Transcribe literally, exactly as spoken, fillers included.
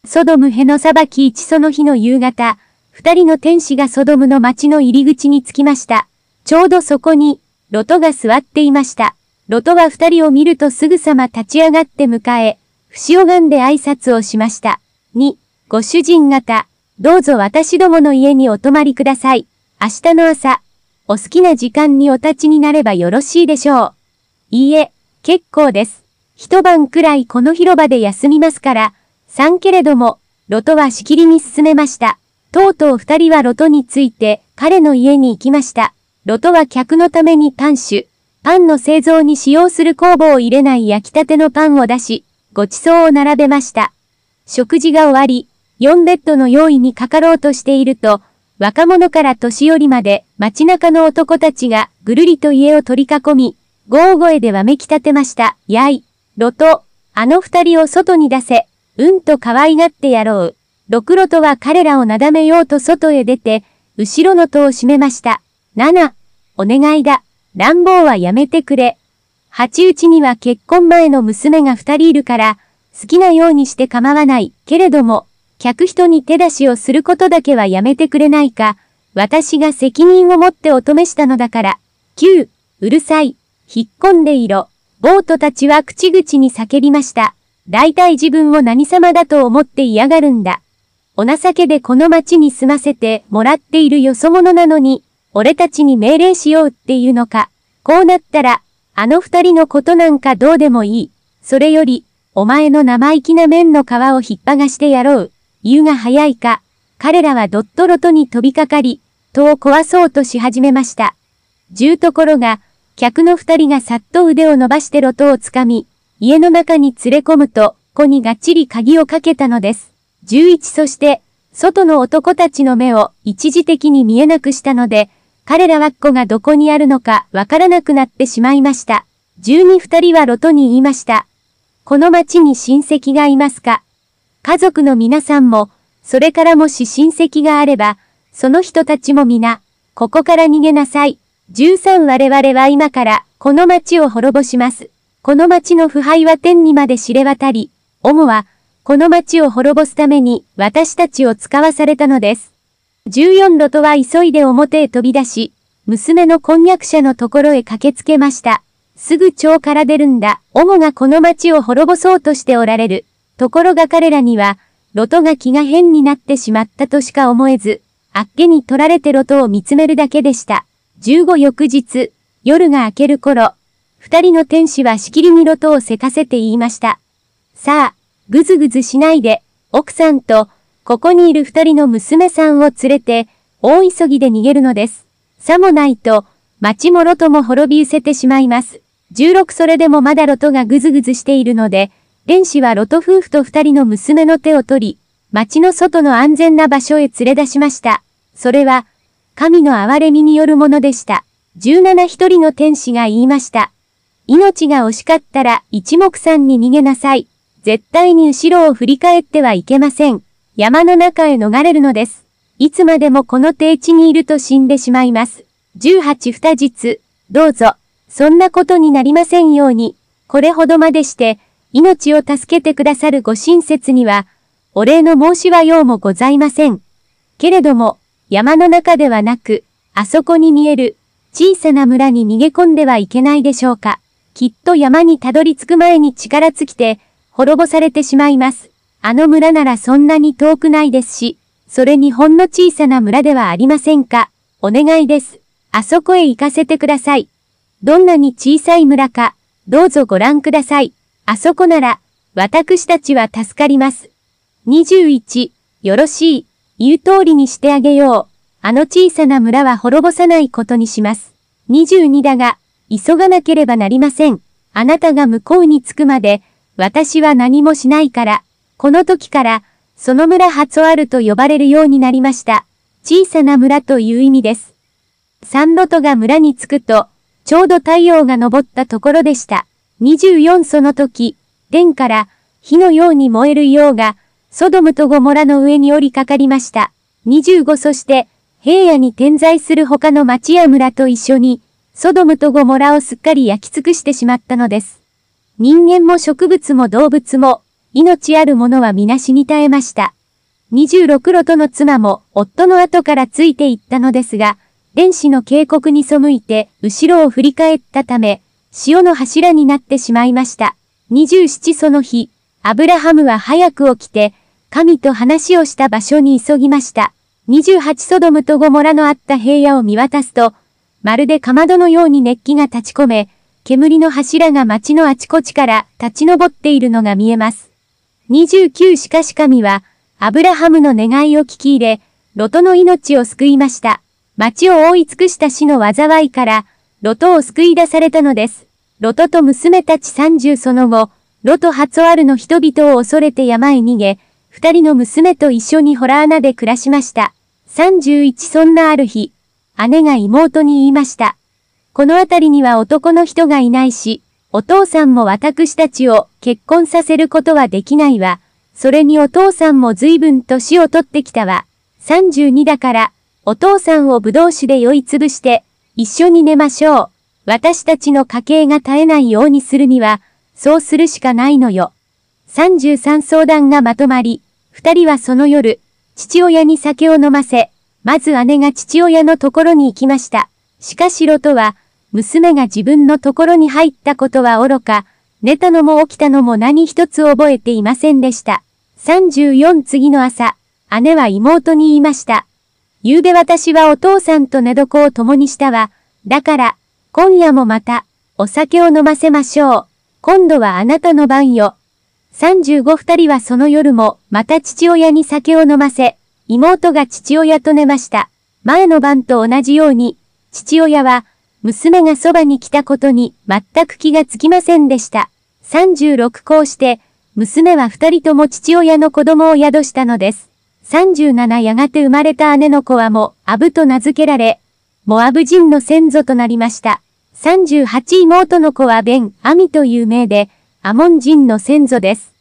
ソドムへの裁きいちその日の夕方、二人の天使がソドムの町の入り口に着きました。ちょうどそこに、ロトが座っていました。ロトは二人を見るとすぐさま立ち上がって迎え、節拝んで挨拶をしました。に、ご主人方、どうぞ私どもの家にお泊まりください。明日の朝、お好きな時間にお立ちになればよろしいでしょう。いいえ、結構です。一晩くらいこの広場で休みますから、さんけれども、ロトはしきりに進めました。とうとう二人はロトについて彼の家に行きました。ロトは客のためにパン酒、パンの製造に使用する酵母を入れない焼きたてのパンを出し、ご馳走を並べました。食事が終わり、よんベッドの用意にかかろうとしていると、若者から年寄りまで街中の男たちがぐるりと家を取り囲み、豪声でわめき立てました。やい、ロト、あの二人を外に出せ、うんと可愛がってやろう。ロクロトは彼らをなだめようと外へ出て、後ろの戸を閉めました。ナナ、お願いだ。乱暴はやめてくれ。鉢打ちには結婚前の娘が二人いるから、好きなようにして構わない。けれども、客人に手出しをすることだけはやめてくれないか。私が責任を持ってお止めしたのだから。きゅう、うるさい。引っ込んでいろ。ボートたちは口々に叫びました。大体自分を何様だと思って嫌がるんだ。お情けでこの町に住ませてもらっているよそ者なのに、俺たちに命令しようっていうのか。こうなったら、あの二人のことなんかどうでもいい。それより、お前の生意気な面の皮を引っ剥がしてやろう。言うが早いか。彼らはドットロトに飛びかかり、戸を壊そうとし始めました。じゅうところが、客の二人がさっと腕を伸ばしてロトをつかみ、家の中に連れ込むと、戸にがっちり鍵をかけたのです。じゅういちそして、外の男たちの目を一時的に見えなくしたので、彼らはっこがどこにあるのかわからなくなってしまいました。じゅうに二人はロトに言いました。この町に親戚がいますか？家族の皆さんも、それからもし親戚があれば、その人たちも皆、ここから逃げなさい。じゅうさん我々は今から、この町を滅ぼします。この町の腐敗は天にまで知れ渡り、オモは、この町を滅ぼすために私たちを使わされたのです。じゅうよんロトは急いで表へ飛び出し、娘の婚約者のところへ駆けつけました。すぐ町から出るんだ。オモがこの町を滅ぼそうとしておられる。ところが彼らには、ロトが気が変になってしまったとしか思えず、あっけに取られてロトを見つめるだけでした。じゅうご翌日、夜が明ける頃、二人の天使はしきりにロトをせかせて言いました。さあ、ぐずぐずしないで、奥さんと、ここにいる二人の娘さんを連れて、大急ぎで逃げるのです。さもないと、町もロトも滅び失せてしまいます。じゅうろくそれでもまだロトがぐずぐずしているので、天使はロト夫婦と二人の娘の手を取り、町の外の安全な場所へ連れ出しました。それは、神の憐れみによるものでした。じゅうなな一人の天使が言いました。命が惜しかったら一目散に逃げなさい。絶対に後ろを振り返ってはいけません。山の中へ逃れるのです。いつまでもこの低地にいると死んでしまいます。じゅうはち不日、どうぞ、そんなことになりませんように、これほどまでして、命を助けてくださるご親切には、お礼の申しはようもございません。けれども、山の中ではなく、あそこに見える、小さな村に逃げ込んではいけないでしょうか。きっと山にたどり着く前に力尽きて、滅ぼされてしまいます。あの村ならそんなに遠くないですし、それにほんの小さな村ではありませんか。お願いです。あそこへ行かせてください。どんなに小さい村か、どうぞご覧ください。あそこなら、私たちは助かります。にじゅういち、よろしい、言う通りにしてあげよう。あの小さな村は滅ぼさないことにします。にじゅうにだが、急がなければなりません。あなたが向こうに着くまで、私は何もしないから、この時から、その村ハツォアルと呼ばれるようになりました。小さな村という意味です。サンロトが村に着くと、ちょうど太陽が昇ったところでした。にじゅうよんその時、天から火のように燃える硫黄が、ソドムとゴモラの上に降りかかりました。にじゅうごそして、平野に点在する他の町や村と一緒に、ソドムとゴモラをすっかり焼き尽くしてしまったのです。人間も植物も動物も、 命ある者は皆死に絶えました。にじゅうろくロトの妻も夫の後からついていったのですが、天使の警告に背いて後ろを振り返ったため、潮の柱になってしまいました。にじゅうななその日、アブラハムは早く起きて、神と話をした場所に急ぎました。にじゅうはちソドムとゴモラのあった平野を見渡すと、まるでかまどのように熱気が立ち込め、煙の柱が町のあちこちから立ち上っているのが見えます。にじゅうきゅうしかし神は、アブラハムの願いを聞き入れ、ロトの命を救いました。町を覆い尽くした死の災いから、ロトを救い出されたのです。ロトと娘たちさんじゅうその後、ロトハツオアルの人々を恐れて山へ逃げ、二人の娘と一緒にホラー穴で暮らしました。さんじゅういちそんなある日、姉が妹に言いました。この辺りには男の人がいないし、お父さんも私たちを結婚させることはできないわ。それにお父さんも随分年を取ってきたわ。さんじゅうにだから、お父さんをぶどう酒で酔いつぶして、一緒に寝ましょう。私たちの家計が絶えないようにするには、そうするしかないのよ。さんじゅうさん相談がまとまり、二人はその夜、父親に酒を飲ませ、まず姉が父親のところに行きました。しかしロトは、娘が自分のところに入ったことは愚か、寝たのも起きたのも何一つ覚えていませんでした。さんじゅうよん次の朝、姉は妹に言いました。夕べ私はお父さんと寝床を共にしたわ。だから、今夜もまた、お酒を飲ませましょう。今度はあなたの番よ。さんじゅうご二人はその夜も、また父親に酒を飲ませ、妹が父親と寝ました。前の晩と同じように、父親は、娘がそばに来たことに全く気がつきませんでした。さんじゅうろくこうして、娘は二人とも父親の子供を宿したのです。さんじゅうななやがて生まれた姉の子はモアブと名付けられ、モアブ人の先祖となりました。さんじゅうはち妹の子はベン・アミという名で、アモン人の先祖です。